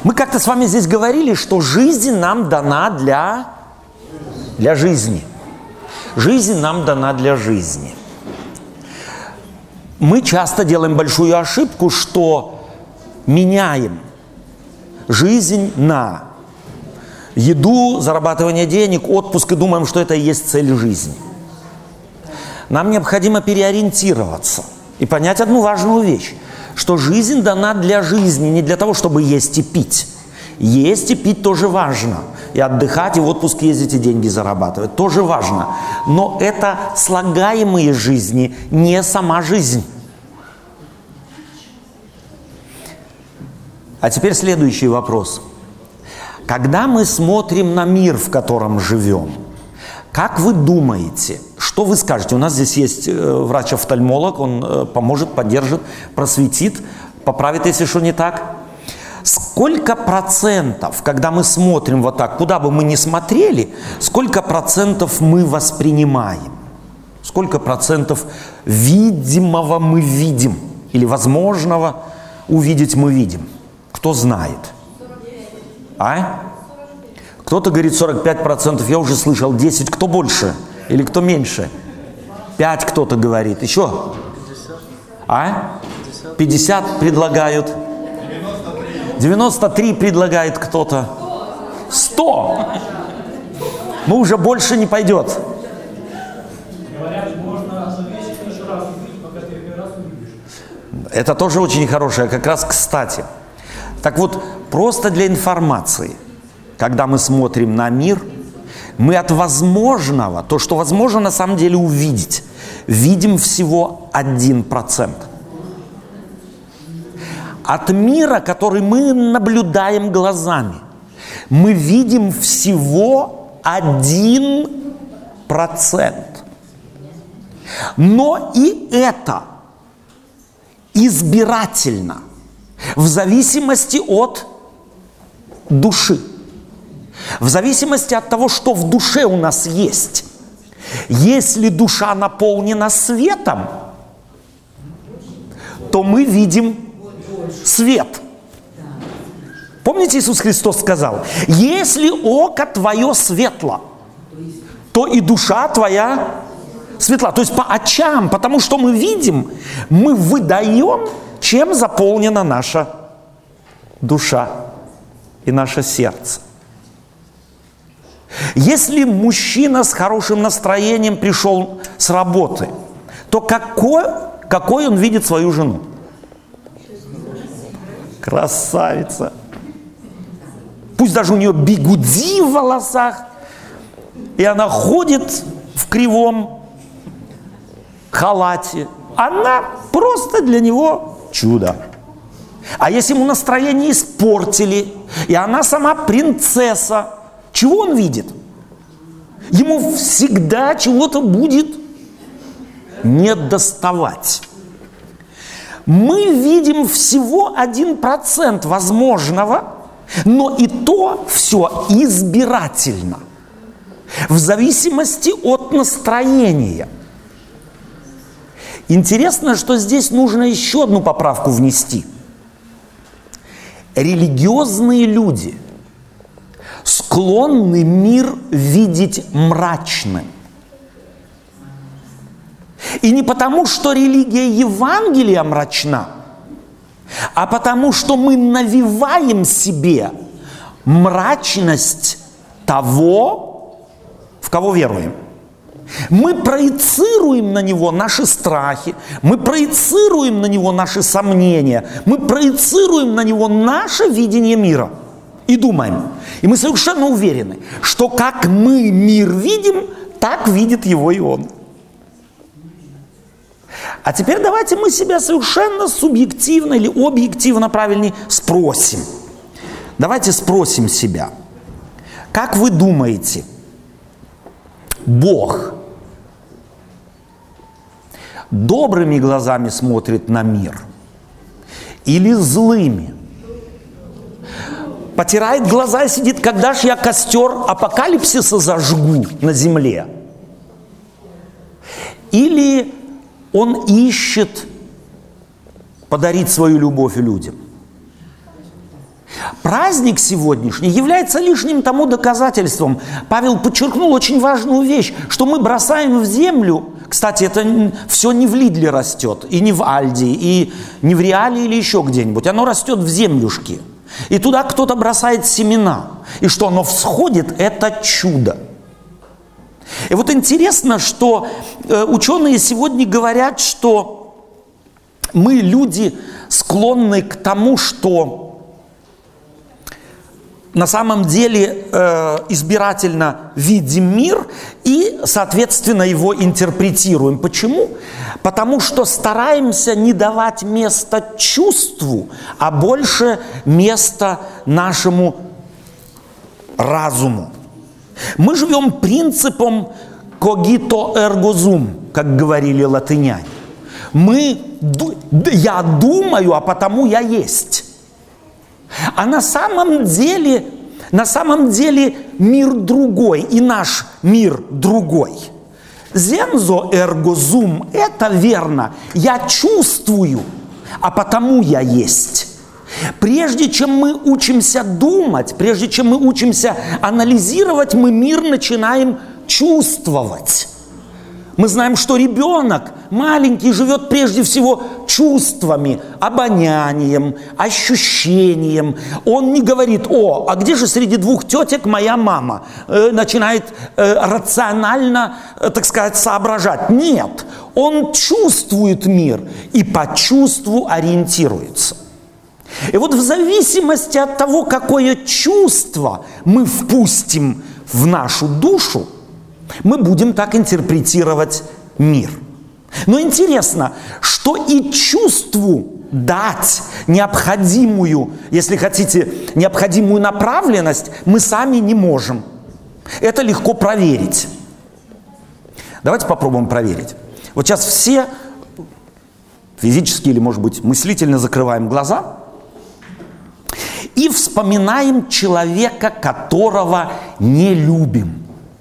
Мы как-то с вами здесь говорили, что жизнь нам дана для жизни. Жизнь нам дана для жизни. Мы часто делаем большую ошибку, что меняем жизнь на еду, зарабатывание денег, отпуск, и думаем, что это и есть цель жизни. Нам необходимо переориентироваться и понять одну важную вещь, что жизнь дана для жизни, не для того, чтобы есть и пить. Есть и пить тоже важно. И отдыхать, и в отпуск ездить, и деньги зарабатывать тоже важно. Но это слагаемые жизни, не сама жизнь. А теперь следующий вопрос. Когда мы смотрим на мир, в котором живем, как вы думаете, что вы скажете? У нас здесь есть врач-офтальмолог, он поможет, поддержит, просветит, поправит, если что не так. Сколько процентов, когда мы смотрим вот так, куда бы мы ни смотрели, сколько процентов мы воспринимаем? Сколько процентов видимого мы видим? Или возможного увидеть мы видим? Кто знает? А? Кто-то говорит 45%, я уже слышал 10%. Кто больше? Или кто меньше? 5 кто-то говорит. Еще? 50 предлагают. 93 предлагает кто-то. 100. Ну, уже больше не пойдет. Это тоже очень хорошее, как раз кстати. Так вот, просто для информации, когда мы смотрим на мир, мы от возможного, то, что возможно на самом деле увидеть, видим всего 1%. От мира, который мы наблюдаем глазами, мы видим всего 1%. Но и это избирательно, в зависимости от души, в зависимости от того, что в душе у нас есть. Если душа наполнена светом, то мы видим свет. Помните, Иисус Христос сказал: если око твое светло, то и душа твоя светла. То есть по очам, потому что мы видим, мы выдаем, чем заполнена наша душа и наше сердце. Если мужчина с хорошим настроением пришел с работы, то какой он видит свою жену? Красавица. Пусть даже у нее бигуди в волосах, и она ходит в кривом халате. Она просто для него чудо. А если ему настроение испортили, и она сама принцесса, чего он видит? Ему всегда чего-то будет недоставать. Мы видим всего 1% возможного, но и то все избирательно, в зависимости от настроения. Интересно, что здесь нужно еще одну поправку внести. Религиозные люди склонны мир видеть мрачным. И не потому, что религия Евангелия мрачна, а потому, что мы навеваем себе мрачность того, в кого веруем. Мы проецируем на него наши страхи, мы проецируем на него наши сомнения, мы проецируем на него наше видение мира и думаем. И мы совершенно уверены, что как мы мир видим, так видит его и он. А теперь давайте мы себя совершенно субъективно или объективно, правильнее, спросим. Давайте спросим себя. Как вы думаете, Бог добрыми глазами смотрит на мир или злыми? Потирает глаза и сидит: когда ж я костер апокалипсиса зажгу на земле? Или он ищет подарить свою любовь людям? Праздник сегодняшний является лишним тому доказательством. Павел подчеркнул очень важную вещь, что мы бросаем в землю. Кстати, это все не в Лидле растет, и не в Альде, и не в Реале или еще где-нибудь. Оно растет в землюшке. И туда кто-то бросает семена. И что оно всходит, это чудо. И вот интересно, что ученые сегодня говорят, что мы, люди, склонны к тому, что на самом деле избирательно видим мир и, соответственно, его интерпретируем. Почему? Потому что стараемся не давать место чувству, а больше места нашему разуму. Мы живем принципом «cogito ergo sum», как говорили латыняне. Я думаю, а потому я есть. А на самом деле мир другой, и наш мир другой. Senso ergo sum – это верно. Я чувствую, а потому я есть. Прежде чем мы учимся думать, прежде чем мы учимся анализировать, мы мир начинаем чувствовать. Мы знаем, что ребенок маленький живет прежде всего чувствами, обонянием, ощущением. Он не говорит: «О, а где же среди двух тетек моя мама?» Начинает рационально, так сказать, соображать. Нет, он чувствует мир и по чувству ориентируется. И вот в зависимости от того, какое чувство мы впустим в нашу душу, мы будем так интерпретировать мир. Но интересно, что и чувству дать необходимую, если хотите, необходимую направленность мы сами не можем. Это легко проверить. Давайте попробуем проверить. Вот сейчас все физически или, может быть, мыслительно закрываем глаза и вспоминаем человека, которого не любим.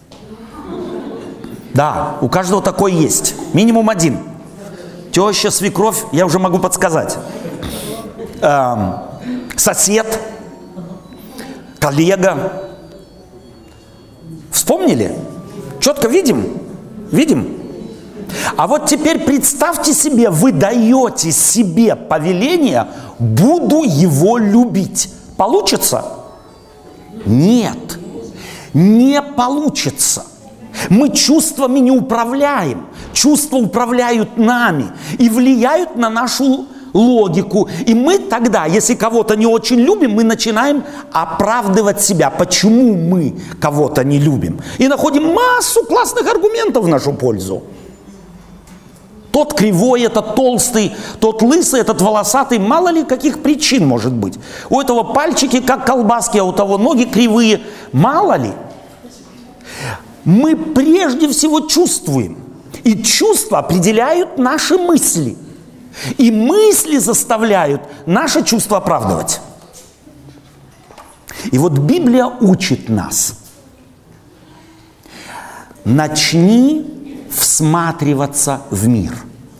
Да, у каждого такой есть. Минимум один. Теща, свекровь, я уже могу подсказать. Сосед, коллега. Вспомнили? Четко видим? Видим? А вот теперь представьте себе, вы даете себе повеление: буду его любить. Получится? Нет, не получится. Мы чувствами не управляем. Чувства управляют нами и влияют на нашу логику. И мы тогда, если кого-то не очень любим, мы начинаем оправдывать себя, почему мы кого-то не любим. И находим массу классных аргументов в нашу пользу. Тот кривой, этот толстый, тот лысый, этот волосатый. Мало ли каких причин может быть. У этого пальчики как колбаски, а у того ноги кривые. Мало ли. Мы прежде всего чувствуем. И чувства определяют наши мысли. И мысли заставляют наши чувства оправдывать. И вот Библия учит нас. Начни всматриваться в мир.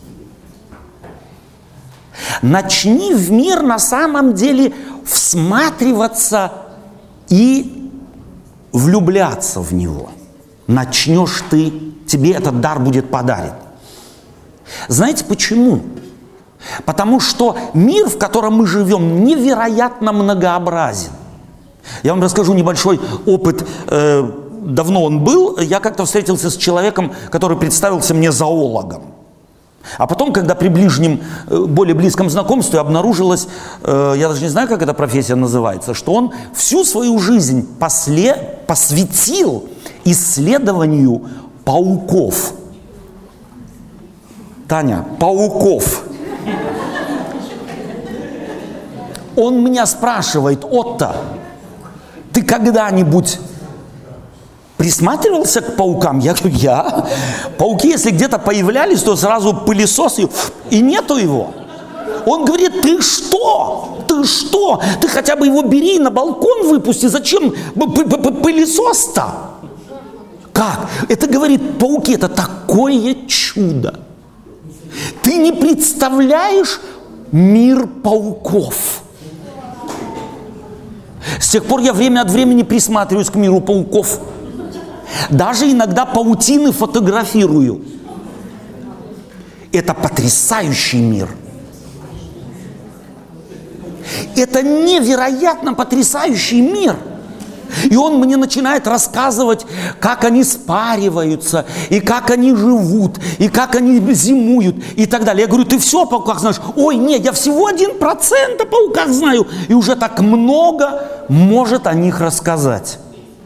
Начни в мир на самом деле всматриваться и влюбляться в него. Начнешь ты, тебе этот дар будет подарен. Знаете почему? Потому что мир, в котором мы живем, невероятно многообразен. Я вам расскажу небольшой опыт. Давно он был. Я как-то встретился с человеком, который представился мне зоологом. А потом, когда при ближнем, более близком знакомстве обнаружилось, я даже не знаю, как эта профессия называется, что он всю свою жизнь посвятил исследованию пауков. Таня, пауков. Он меня спрашивает: Отто, ты когда-нибудь присматривался к паукам? Я говорю: я. Пауки, если где-то появлялись, то сразу пылесос, и нету его. Он говорит: ты что? Ты что? Ты хотя бы его бери и на балкон выпусти. Зачем пылесос-то? Как? Это, говорит, пауки, это такое чудо. Ты не представляешь мир пауков. С тех пор я время от времени присматриваюсь к миру пауков. Даже иногда паутины фотографирую. Это потрясающий мир. Это невероятно потрясающий мир. И он мне начинает рассказывать, как они спариваются, и как они живут, и как они зимуют, и так далее. Я говорю, ты все о пауках знаешь? Ой, нет, я всего 1% о пауках знаю. И уже так много может о них рассказать.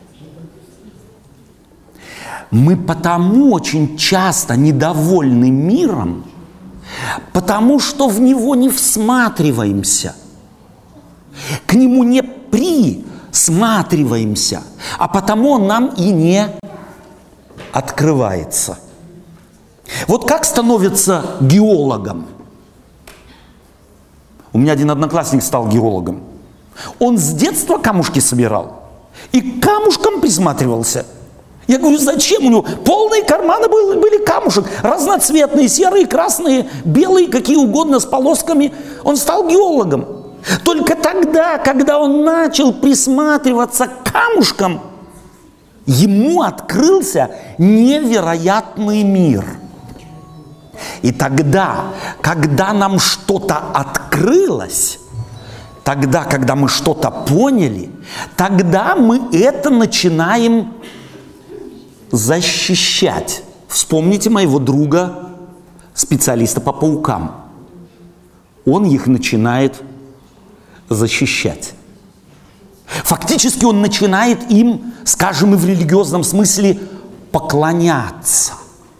Мы потому очень часто недовольны миром, потому что в него не всматриваемся, к нему не присматриваемся, а потому он нам и не открывается. Вот как становится геологом? У меня один одноклассник стал геологом. Он с детства камушки собирал и к камушкам присматривался. Я говорю, зачем? У него полные карманы были камушек, разноцветные, серые, красные, белые, какие угодно, с полосками. Он стал геологом. Только тогда, когда он начал присматриваться к камушкам, ему открылся невероятный мир. И тогда, когда нам что-то открылось, тогда, когда мы что-то поняли, тогда мы это начинаем защищать. Вспомните моего друга, специалиста по паукам. Он их начинает защищать. Фактически он начинает им, скажем, и в религиозном смысле поклоняться.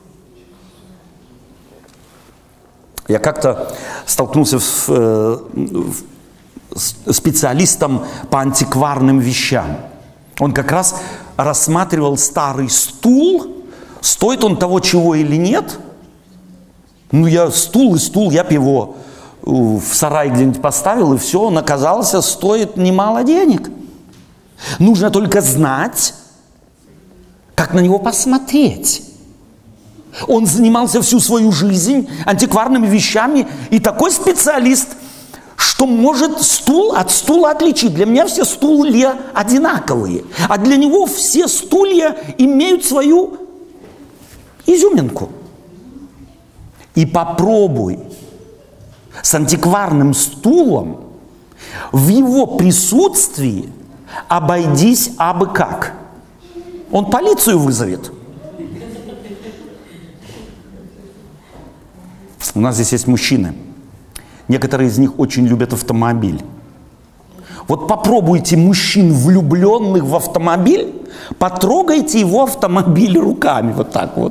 Я как-то столкнулся с специалистом по антикварным вещам. Он как раз рассматривал старый стул, стоит он того, чего или нет. Ну, стул, я бы его в сарай где-нибудь поставил, и все, он оказался, стоит немало денег. Нужно только знать, как на него посмотреть. Он занимался всю свою жизнь антикварными вещами, и такой специалист, что может стул от стула отличить. Для меня все стулья одинаковые, а для него все стулья имеют свою изюминку. И попробуй с антикварным стулом в его присутствии обойдись абы как. Он полицию вызовет. У нас здесь есть мужчины. Некоторые из них очень любят автомобиль. Вот попробуйте мужчин, влюбленных в автомобиль, потрогайте его автомобиль руками, вот так вот.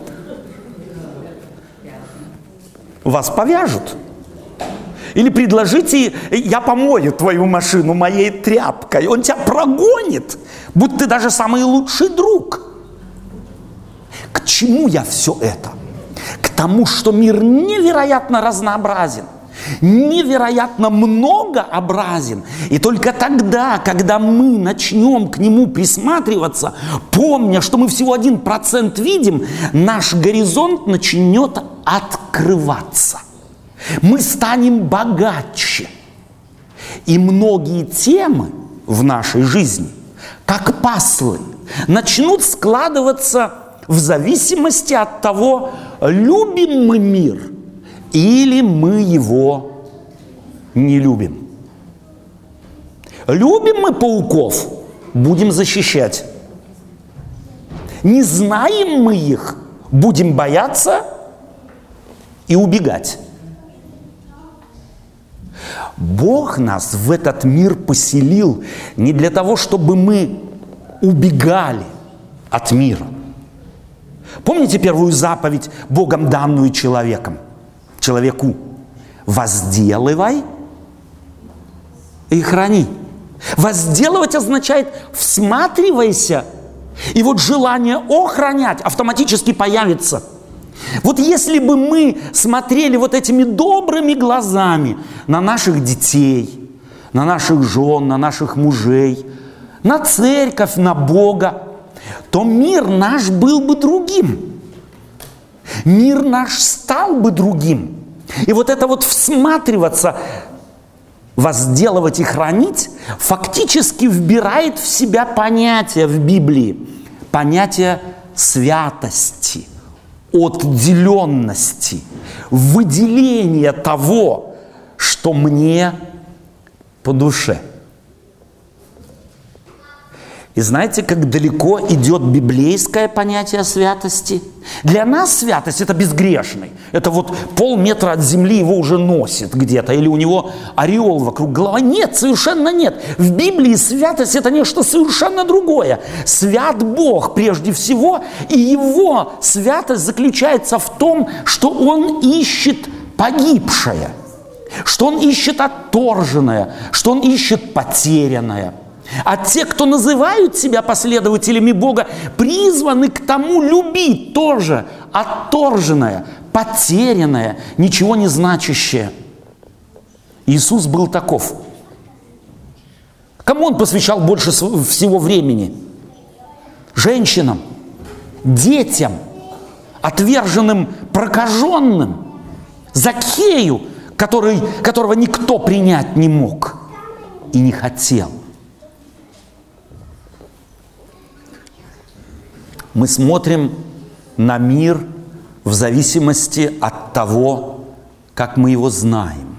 Вас повяжут. Или предложите, я помою твою машину моей тряпкой. Он тебя прогонит, будь ты даже самый лучший друг. К чему я все это? К тому, что мир невероятно разнообразен, невероятно многообразен. И только тогда, когда мы начнем к нему присматриваться, помня, что мы всего 1% видим, наш горизонт начнет открываться. Мы станем богаче. И многие темы в нашей жизни, как пазлы, начнут складываться в зависимости от того, любим мы мир или мы его не любим. Любим мы пауков, будем защищать. Не знаем мы их, будем бояться и убегать. Бог нас в этот мир поселил не для того, чтобы мы убегали от мира. Помните первую заповедь, Богом данную человеку? Возделывай и храни. Возделывать означает всматривайся, и вот желание охранять автоматически появится. Вот если бы мы смотрели вот этими добрыми глазами на наших детей, на наших жен, на наших мужей, на церковь, на Бога, то мир наш был бы другим. Мир наш стал бы другим. И вот это вот всматриваться, возделывать и хранить, фактически вбирает в себя понятие в Библии, понятие святости, отделенности, выделения того, что мне по душе. И знаете, как далеко идет библейское понятие святости? Для нас святость – это безгрешный. Это вот полметра от земли его уже носит где-то, или у него ореол вокруг головы. Нет, совершенно нет. В Библии святость – это нечто совершенно другое. Свят Бог прежде всего, и его святость заключается в том, что он ищет погибшее, что он ищет отторженное, что он ищет потерянное. А те, кто называют себя последователями Бога, призваны к тому любить тоже отторженное, потерянное, ничего не значащее. Иисус был таков. Кому он посвящал больше всего времени? Женщинам, детям, отверженным, прокаженным, Закхею, которого никто принять не мог и не хотел. Мы смотрим на мир в зависимости от того, как мы его знаем.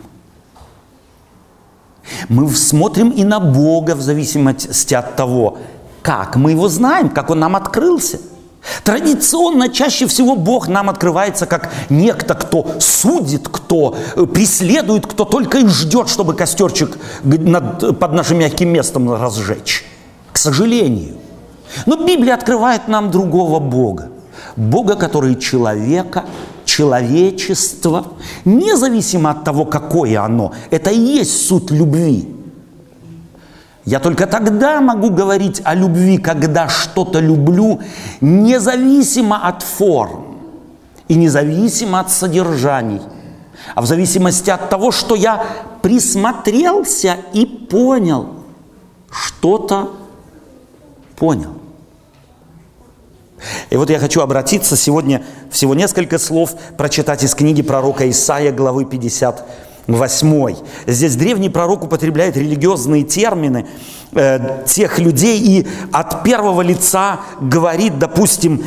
Мы смотрим и на Бога в зависимости от того, как мы его знаем, как он нам открылся. Традиционно чаще всего Бог нам открывается как некто, кто судит, кто преследует, кто только и ждет, чтобы костерчик под нашим мягким местом разжечь. К сожалению. Но Библия открывает нам другого Бога. Бога, который человека, человечество, независимо от того, какое оно, это и есть суть любви. Я только тогда могу говорить о любви, когда что-то люблю, независимо от форм и независимо от содержаний, а в зависимости от того, что я присмотрелся и понял, что-то понял. И вот я хочу обратиться сегодня, всего несколько слов прочитать из книги пророка Исаия, главы 58. Здесь древний пророк употребляет религиозные термины тех людей и от первого лица говорит, допустим,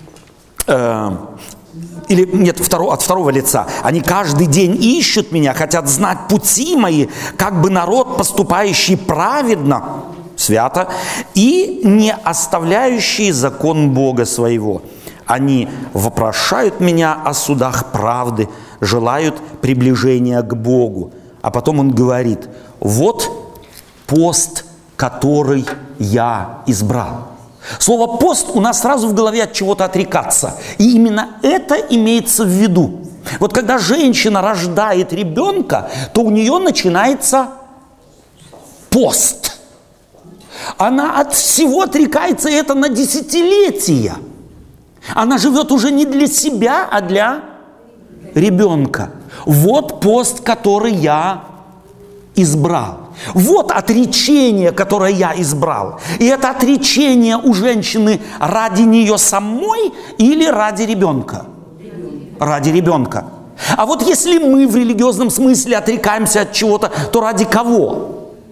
от второго лица. Они каждый день ищут меня, хотят знать пути мои, как бы народ, поступающий праведно, свято, и не оставляющий закон Бога своего. Они вопрошают меня о судах правды, желают приближения к Богу. А потом он говорит: вот пост, который я избрал. Слово «пост» у нас сразу в голове от чего-то отрекаться. И именно это имеется в виду. Вот когда женщина рождает ребенка, то у нее начинается пост. Она от всего отрекается, и это на десятилетия. Она живет уже не для себя, а для ребенка. Вот пост, который я избрал. Вот отречение, которое я избрал. И это отречение у женщины ради нее самой или ради ребенка? Ради ребенка. А вот если мы в религиозном смысле отрекаемся от чего-то, то ради кого?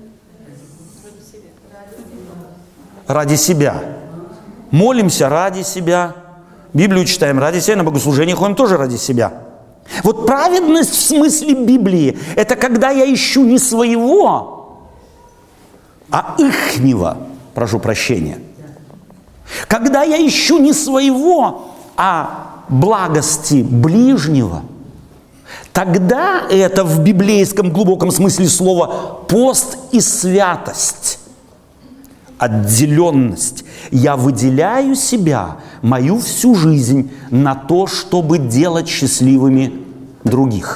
Ради себя. Молимся ради себя. Библию читаем ради себя, на богослужение ходим тоже ради себя. Вот праведность в смысле Библии – это когда я ищу не своего, а ихнего, прошу прощения. Когда я ищу не своего, а благости ближнего, тогда это в библейском глубоком смысле слова пост и святость. Отделенность. Я выделяю себя, мою всю жизнь на то, чтобы делать счастливыми других.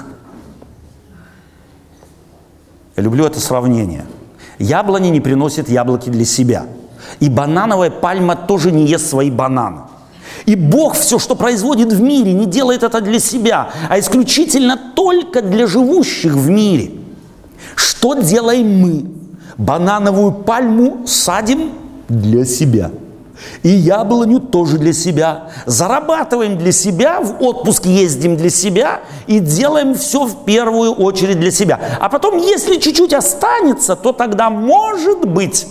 Я люблю это сравнение. Яблони не приносят яблоки для себя. И банановая пальма тоже не ест свои бананы. И Бог все, что производит в мире, не делает это для себя, а исключительно только для живущих в мире. Что делаем мы? Банановую пальму садим для себя. и яблоню тоже для себя. Зарабатываем для себя, в отпуск ездим для себя и делаем все в первую очередь для себя. А потом, если чуть-чуть останется, то тогда, может быть,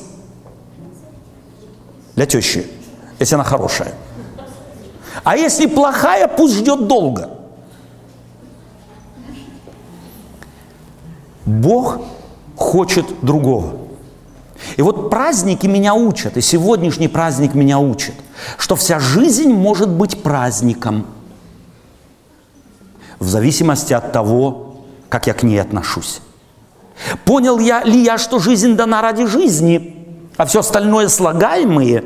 для тещи, если она хорошая. А если плохая, пусть ждет долго. Бог хочет другого. И вот праздники меня учат, и сегодняшний праздник меня учит, что вся жизнь может быть праздником в зависимости от того, как я к ней отношусь. Понял ли я, что жизнь дана ради жизни, а все остальное слагаемые?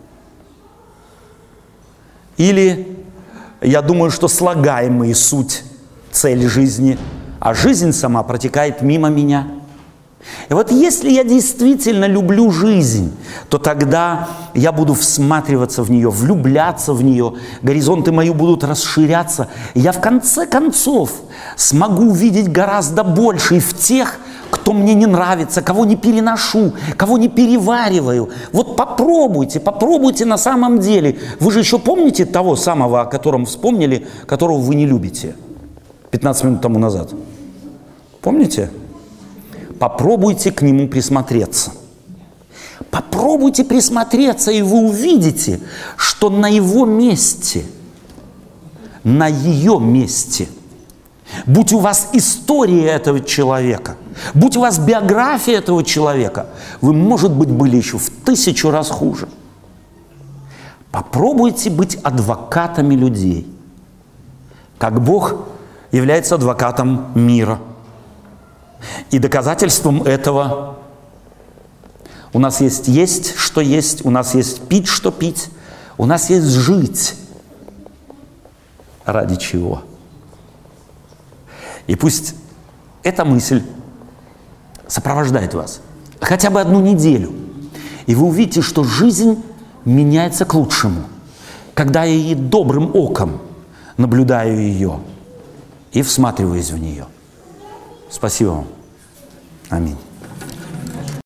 Или я думаю, что слагаемые суть, цель жизни, а жизнь сама протекает мимо меня? И вот если я действительно люблю жизнь, то тогда я буду всматриваться в нее, влюбляться в нее, горизонты мои будут расширяться, и я в конце концов смогу увидеть гораздо больше и в тех, кто мне не нравится, кого не переношу, кого не перевариваю. Вот попробуйте на самом деле. Вы же еще помните того самого, о котором вспомнили, которого вы не любите 15 минут тому назад? Помните? Попробуйте к нему присмотреться. Попробуйте присмотреться, и вы увидите, что на его месте, на ее месте, будь у вас история этого человека, будь у вас биография этого человека, вы, может быть, были еще в 1000 раз хуже. Попробуйте быть адвокатами людей, как Бог является адвокатом мира. И доказательством этого у нас есть что есть, у нас есть пить, что пить, у нас есть жить. Ради чего? И пусть эта мысль сопровождает вас хотя бы 1 неделю, и вы увидите, что жизнь меняется к лучшему, когда я и добрым оком наблюдаю ее и всматриваюсь в нее. Спасибо вам. Аминь.